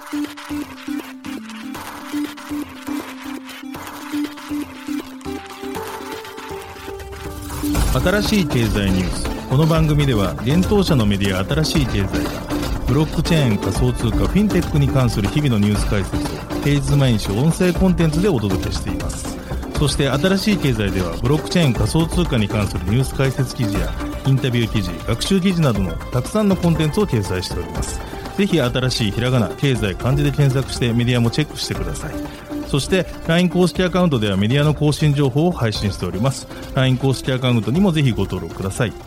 新しい経済ニュース。この番組では現当社のメディア新しい経済がブロックチェーン、仮想通貨、フィンテックに関する日々のニュース解説を平日毎日音声コンテンツでお届けしています。そして新しい経済ではブロックチェーン、仮想通貨に関するニュース解説記事やインタビュー記事、学習記事などのたくさんのコンテンツを掲載しております。ぜひ新しいひらがな、経済、漢字で検索してメディアもチェックしてください。そして LINE 公式アカウントではメディアの更新情報を配信しております。 LINE 公式アカウントにもぜひご登録ください。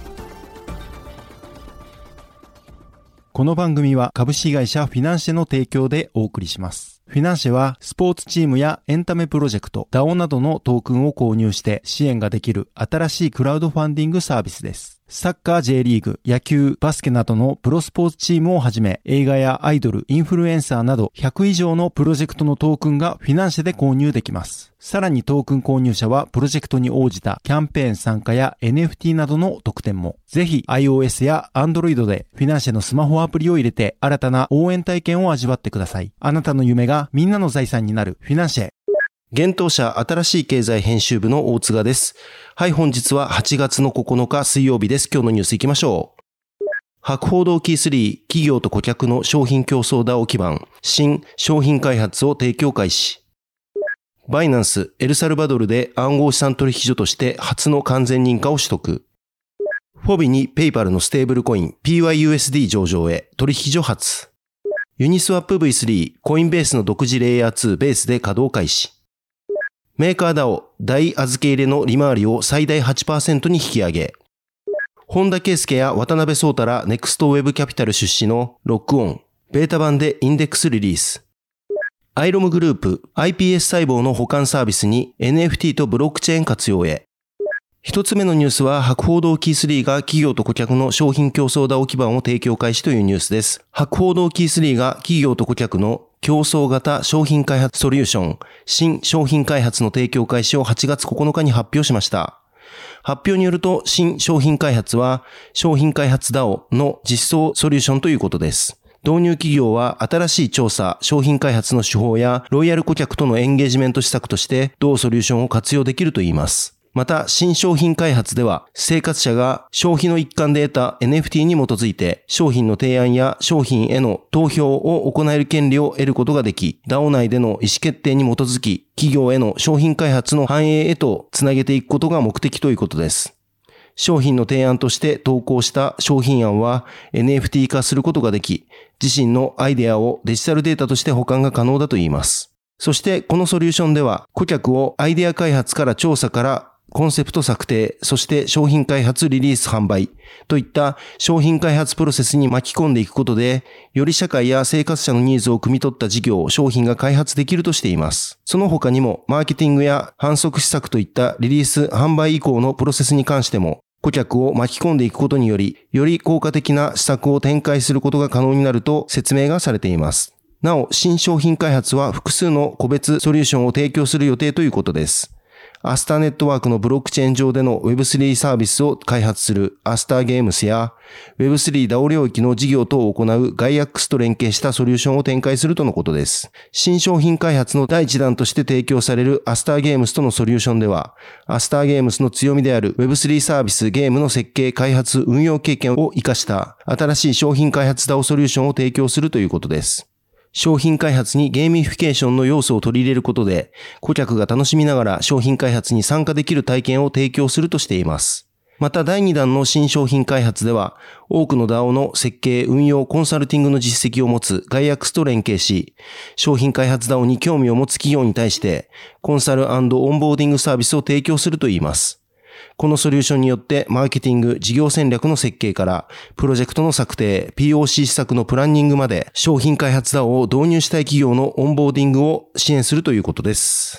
この番組は株式会社フィナンシェの提供でお送りします。フィナンシェはスポーツチームやエンタメプロジェクト、DAO などのトークンを購入して支援ができる新しいクラウドファンディングサービスです。サッカー J リーグ、野球、バスケなどのプロスポーツチームをはじめ、映画やアイドル、インフルエンサーなど100以上のプロジェクトのトークンがフィナンシェで購入できます。さらにトークン購入者はプロジェクトに応じたキャンペーン参加や NFT などの特典も。ぜひ iOS や Android でフィナンシェのスマホアプリを入れて新たな応援体験を味わってください。あなたの夢がみんなの財産になるフィナンシェ。現当社新しい経済編集部の大塚です。はい、本日は8月の9日水曜日です。今日のニュースいきましょう。博報堂キー3、企業と顧客の商品競争DAO基盤、新商品開発を提供開始。バイナンス、エルサルバドルで暗号資産取引所として初の完全認可を取得。フォビにペイパルのステーブルコイン PYUSD 上場へ取引所発。ユニスワップ V3、コインベースの独自レイヤー2ベースで稼働開始。メーカーDAO、大預け入れの利回りを最大 8% に引き上げ。本田圭佑や渡辺壮太らネクストウェブキャピタル出資のロックオン、ベータ版でインデックスリリース。アイロムグループ、iPS 細胞の保管サービスに NFT とブロックチェーン活用へ。一つ目のニュースは、博報堂キー3が企業と顧客の商品競争DAO基盤を提供開始というニュースです。博報堂キー3が企業と顧客の競争型商品開発ソリューション、新商品開発の提供開始を8月9日に発表しました。発表によると、新商品開発は、商品開発DAOの実装ソリューションということです。導入企業は新しい調査、商品開発の手法やロイヤル顧客とのエンゲージメント施策として同ソリューションを活用できるといいます。また、新商品開発では、生活者が消費の一環で得た NFT に基づいて、商品の提案や商品への投票を行える権利を得ることができ、DAO 内での意思決定に基づき、企業への商品開発の反映へとつなげていくことが目的ということです。商品の提案として投稿した商品案は NFT 化することができ、自身のアイデアをデジタルデータとして保管が可能だといいます。そしてこのソリューションでは、顧客をアイデア開発から調査からコンセプト策定、そして商品開発、リリース、販売といった商品開発プロセスに巻き込んでいくことで、より社会や生活者のニーズを汲み取った事業、商品が開発できるとしています。その他にも、マーケティングや販促施策といったリリース、販売以降のプロセスに関しても、顧客を巻き込んでいくことにより、より効果的な施策を展開することが可能になると説明がされています。なお、新商品開発は複数の個別ソリューションを提供する予定ということです。アスターネットワークのブロックチェーン上での Web3 サービスを開発するアスターゲームスや Web3 DAO 領域の事業等を行うガイアックスと連携したソリューションを展開するとのことです。新商品開発の第一弾として提供されるアスターゲームスとのソリューションでは、アスターゲームスの強みである Web3 サービスゲームの設計、開発、運用経験を活かした新しい商品開発DAOソリューションを提供するということです。商品開発にゲーミフィケーションの要素を取り入れることで、顧客が楽しみながら商品開発に参加できる体験を提供するとしています。また第2弾の新商品開発では、多くの DAO の設計、運用、コンサルティングの実績を持つガイアックスと連携し、商品開発 DAO に興味を持つ企業に対して、コンサル&オンボーディングサービスを提供するといいます。このソリューションによってマーケティング、事業戦略の設計から、プロジェクトの策定、POC 施策のプランニングまで、商品開発DAOを導入したい企業のオンボーディングを支援するということです。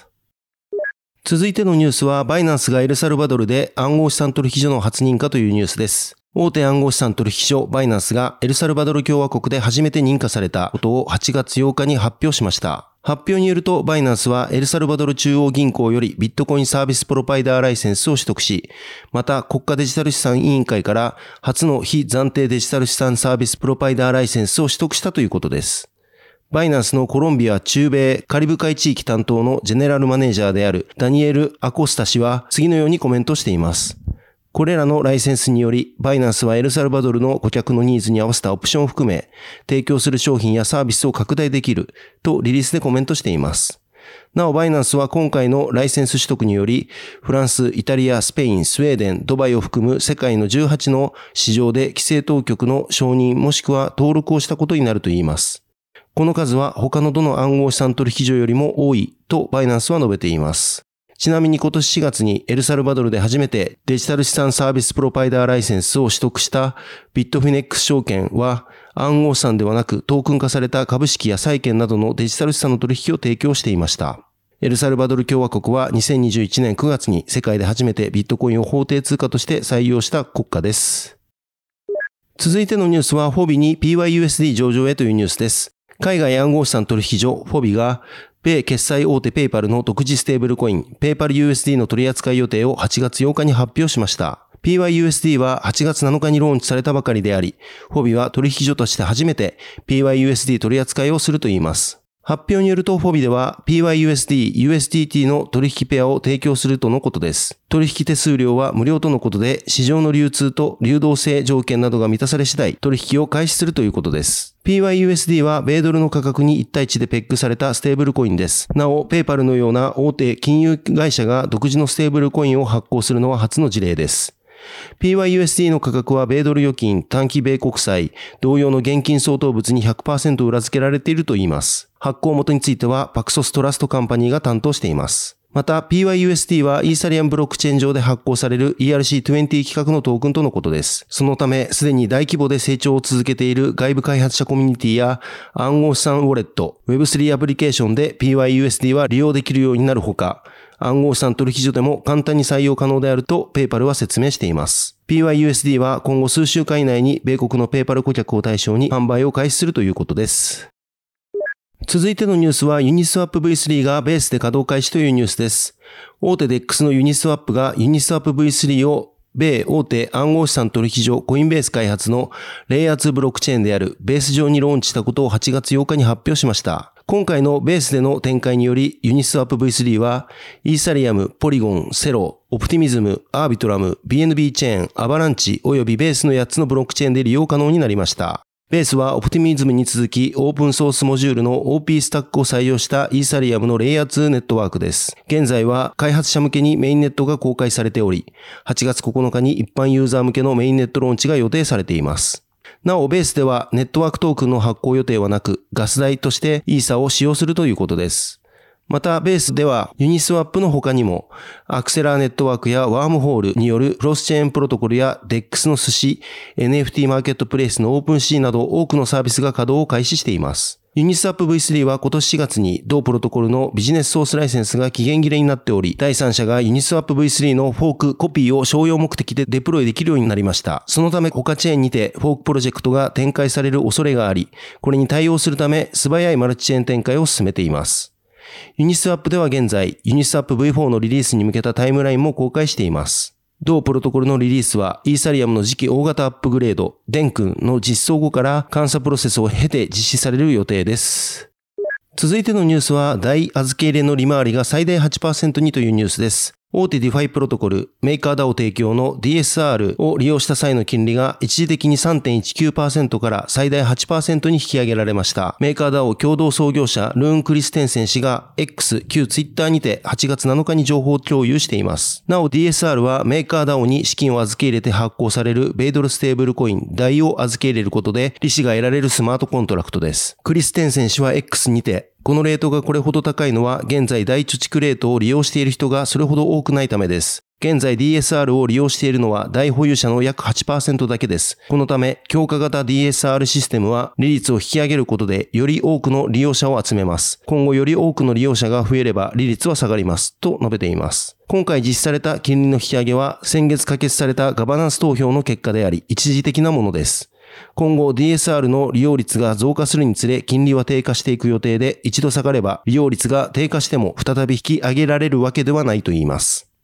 続いてのニュースは、バイナンスがエルサルバドルで暗号資産取引所の初認可というニュースです。大手暗号資産取引所バイナンスがエルサルバドル共和国で初めて認可されたことを8月8日に発表しました。発表によると、バイナンスはエルサルバドル中央銀行よりビットコインサービスプロバイダーライセンスを取得し、また国家デジタル資産委員会から初の非暫定デジタル資産サービスプロバイダーライセンスを取得したということです。 バイナンスのコロンビア、中米、カリブ海地域担当のジェネラルマネージャーであるダニエル・アコスタ氏は次のようにコメントしています。これらのライセンスにより、バイナンスはエルサルバドルの顧客のニーズに合わせたオプションを含め、提供する商品やサービスを拡大できるとリリースでコメントしています。なお、バイナンスは今回のライセンス取得により、フランス、イタリア、スペイン、スウェーデン、ドバイを含む世界の18の市場で規制当局の承認もしくは登録をしたことになるといいます。この数は他のどの暗号資産取引所よりも多いとバイナンスは述べています。ちなみに今年4月にエルサルバドルで初めてデジタル資産サービスプロバイダーライセンスを取得したビットフィネックス証券は暗号資産ではなくトークン化された株式や債券などのデジタル資産の取引を提供していました。エルサルバドル共和国は2021年9月に世界で初めてビットコインを法定通貨として採用した国家です。続いてのニュースはフォビに PYUSD 上場へというニュースです。海外暗号資産取引所フォビが米決済大手ペイパルの独自ステーブルコインペイパル USD の取扱い予定を8月8日に発表しました。PYUSD は8月7日にローンチされたばかりであり、フォビは取引所として初めて PYUSD 取扱いをするといいます。発表によるとフォビでは PYUSD、USDT の取引ペアを提供するとのことです。取引手数料は無料とのことで、市場の流通と流動性条件などが満たされ次第、取引を開始するということです。PYUSD は米ドルの価格に1対1でペックされたステーブルコインです。なお、ペイパルのような大手金融会社が独自のステーブルコインを発行するのは初の事例です。PYUSD の価格は米ドル預金、短期米国債、同様の現金相当物に 100% 裏付けられているといいます。発行元についてはパクソストラストカンパニーが担当しています。また PYUSD はイーサリアムブロックチェーン上で発行される ERC20 規格のトークンとのことです。そのため、すでに大規模で成長を続けている外部開発者コミュニティや暗号資産ウォレット、Web3 アプリケーションで PYUSD は利用できるようになるほか、暗号資産取引所でも簡単に採用可能であるとペイパルは説明しています。PYUSD は今後数週間以内に米国のペイパル顧客を対象に販売を開始するということです。続いてのニュースはユニスワップ V3 がベースで稼働開始というニュースです。大手 DEX のユニスワップがユニスワップ V3 を米大手暗号資産取引所コインベース開発のレイヤー2ブロックチェーンであるベース上にローンチしたことを8月8日に発表しました。今回のベースでの展開によりユニスワップ V3 はイーサリアム、ポリゴン、セロ、オプティミズム、アービトラム、BNB チェーン、アバランチおよびベースの8つのブロックチェーンで利用可能になりました。ベースはオプティミズムに続きオープンソースモジュールの OP スタックを採用したイーサリアムのレイヤー2ネットワークです。現在は開発者向けにメインネットが公開されており、8月9日に一般ユーザー向けのメインネットローンチが予定されています。なお、ベースではネットワークトークンの発行予定はなく、ガス代としてイーサを使用するということです。また、ベースではユニスワップの他にも、アクセラーネットワークやワームホールによるクロスチェーンプロトコルや DEX の寿司、NFT マーケットプレイスのオープンシーなど多くのサービスが稼働を開始しています。ユニスワップ V3 は今年4月に同プロトコルのビジネスソースライセンスが期限切れになっており、第三者がユニスワップ V3 のフォークコピーを商用目的でデプロイできるようになりました。そのため他チェーンにてフォークプロジェクトが展開される恐れがあり、これに対応するため素早いマルチチェーン展開を進めています。ユニスワップでは現在、ユニスワップ V4 のリリースに向けたタイムラインも公開しています。同プロトコルのリリースは、イーサリアムの次期大型アップグレード、デン君の実装後から監査プロセスを経て実施される予定です。続いてのニュースは、大預け入れの利回りが最大 8% にというニュースです。大手ディファイプロトコル、メーカー DAO 提供の DSR を利用した際の金利が一時的に 3.19% から最大 8% に引き上げられました。メーカー DAO 共同創業者ルーン・クリステンセン氏が X、旧 Twitter にて8月7日に情報共有しています。なお DSR はメーカー DAO に資金を預け入れて発行される米ドルステーブルコイン DAI を預け入れることで利子が得られるスマートコントラクトです。クリステンセン氏は X にてこのレートがこれほど高いのは現在大貯蓄レートを利用している人がそれほど多くないためです。現在 DSR を利用しているのは大保有者の約 8% だけです。このため強化型 DSR システムは利率を引き上げることでより多くの利用者を集めます。今後より多くの利用者が増えれば利率は下がりますと述べています。今回実施された金利の引き上げは先月可決されたガバナンス投票の結果であり一時的なものです。今後 DSR の利用率が増加するにつれ金利は低下していく予定で一度下がれば利用率が低下しても再び引き上げられるわけではないと言います。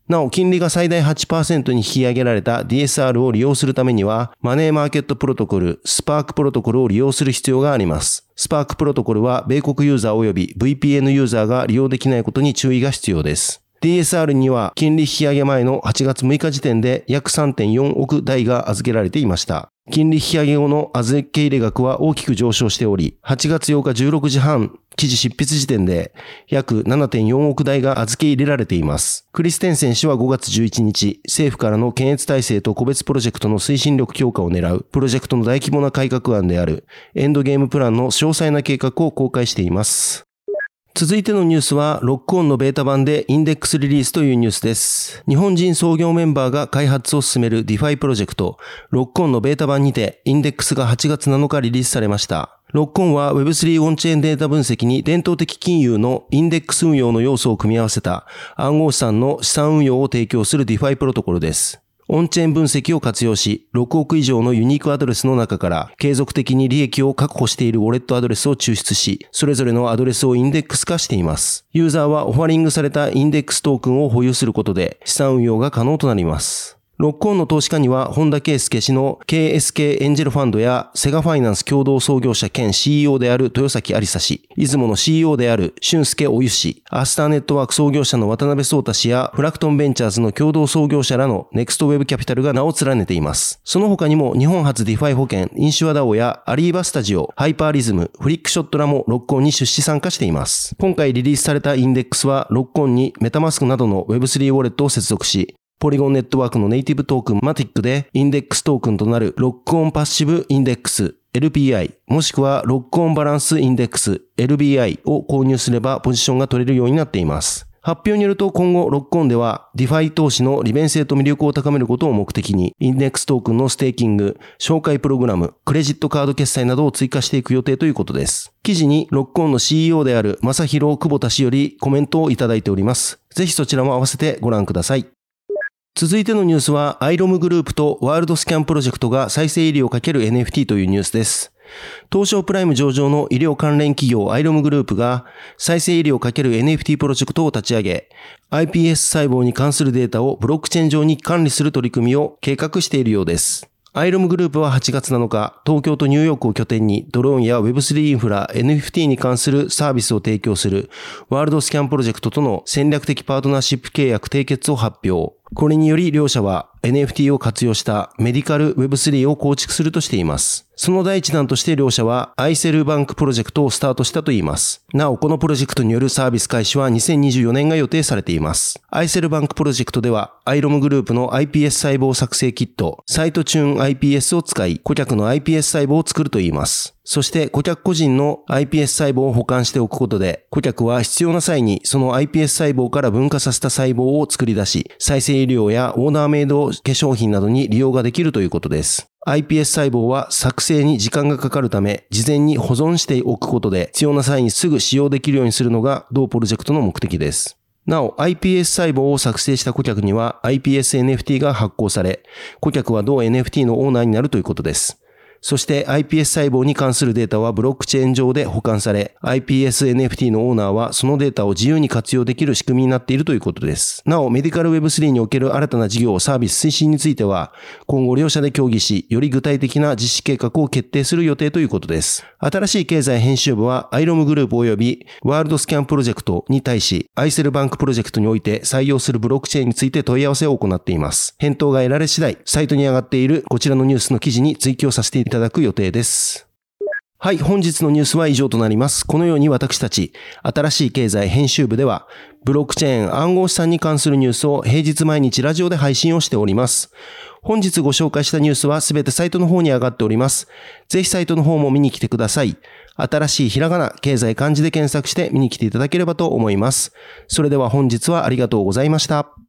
なお、金利が最大 8% に引き上げられた DSR を利用するためには、マネーマーケットプロトコル、スパークプロトコルを利用する必要があります。スパークプロトコルは、米国ユーザー及び VPN ユーザーが利用できないことに注意が必要です。DSR には、金利引き上げ前の8月6日時点で約 3.4 億台が預けられていました。金利引き上げ後の預け入れ額は大きく上昇しており、8月8日16時半、記事執筆時点で約 7.4 億台が預け入れられています。クリステンセン氏は5月11日、政府からの検閲体制と個別プロジェクトの推進力強化を狙うプロジェクトの大規模な改革案であるエンドゲームプランの詳細な計画を公開しています。続いてのニュースは、ロックオンのベータ版でインデックスリリースというニュースです。日本人創業メンバーが開発を進める DeFi プロジェクト、ロックオンのベータ版にて、インデックスが8月7日リリースされました。ロックオンは Web3 オンチェーンデータ分析に伝統的金融のインデックス運用の要素を組み合わせた暗号資産の資産運用を提供する DeFi プロトコルです。オンチェーン分析を活用し、6億以上のユニークアドレスの中から継続的に利益を確保しているウォレットアドレスを抽出し、それぞれのアドレスをインデックス化しています。ユーザーはオファリングされたインデックストークンを保有することで資産運用が可能となります。ロックオンの投資家には、本田圭佑氏の KSK エンジェルファンドやセガファイナンス共同創業者兼 CEO である豊崎有沙氏、出雲の CEO である俊介おゆ氏、アスターネットワーク創業者の渡辺壮太氏やフラクトンベンチャーズの共同創業者らのネクストウェブキャピタルが名を連ねています。その他にも日本初ディファイ保険、インシュアダオやアリーバスタジオ、ハイパーリズム、フリックショットらもロックオンに出資参加しています。今回リリースされたインデックスは、ロックオンにメタマスクなどの Web3 ウォレットを接続し、ポリゴンネットワークのネイティブトークンマティックでインデックストークンとなるロックオンパッシブインデックス LPI もしくはロックオンバランスインデックス LBI を購入すればポジションが取れるようになっています。発表によると今後ロックオンでは DeFi 投資の利便性と魅力を高めることを目的にインデックストークンのステーキング、紹介プログラム、クレジットカード決済などを追加していく予定ということです。記事にロックオンの CEO である正弘久保田氏よりコメントをいただいております。ぜひそちらも合わせてご覧ください。続いてのニュースは、アイロムグループとワールドスキャンプロジェクトが再生医療をかける NFT というニュースです。東証プライム上場の医療関連企業アイロムグループが再生医療をかける NFT プロジェクトを立ち上げ、iPS 細胞に関するデータをブロックチェーン上に管理する取り組みを計画しているようです。アイロムグループは8月7日、東京とニューヨークを拠点にドローンや Web3 インフラ、NFT に関するサービスを提供するワールドスキャンプロジェクトとの戦略的パートナーシップ契約締結を発表。これにより両社は NFT を活用したメディカル Web3 を構築するとしています。その第一弾として両社はアイセルバンクプロジェクトをスタートしたといいます。なお、このプロジェクトによるサービス開始は2024年が予定されています。アイセルバンクプロジェクトではアイロムグループの iPS 細胞作成キット、サイトチューン iPS を使い顧客の iPS 細胞を作るといいます。そして顧客個人の iPS 細胞を保管しておくことで、顧客は必要な際にその iPS 細胞から分化させた細胞を作り出し、再生医療やオーダーメイド化粧品などに利用ができるということです。iPS 細胞は作成に時間がかかるため、事前に保存しておくことで、必要な際にすぐ使用できるようにするのが同プロジェクトの目的です。なお、iPS 細胞を作成した顧客には iPS NFT が発行され、顧客は同 NFT のオーナーになるということです。そして iPS 細胞に関するデータはブロックチェーン上で保管され、iPS NFT のオーナーはそのデータを自由に活用できる仕組みになっているということです。なお、メディカル Web3 における新たな事業サービス推進については、今後両社で協議し、より具体的な実施計画を決定する予定ということです。新しい経済編集部は、アイロムグループ及びワールドスキャンプロジェクトに対し、アイセルバンクプロジェクトにおいて採用するブロックチェーンについて問い合わせを行っています。返答が得られ次第、サイトに上がっているこちらのニュースの記事に追記をさせていただく予定です。はい、本日のニュースは以上となります。このように私たち、新しい経済編集部では、ブロックチェーン暗号資産に関するニュースを平日毎日ラジオで配信をしております。本日ご紹介したニュースはすべてサイトの方に上がっております。ぜひサイトの方も見に来てください。新しいひらがな、経済漢字で検索して見に来ていただければと思います。それでは本日はありがとうございました。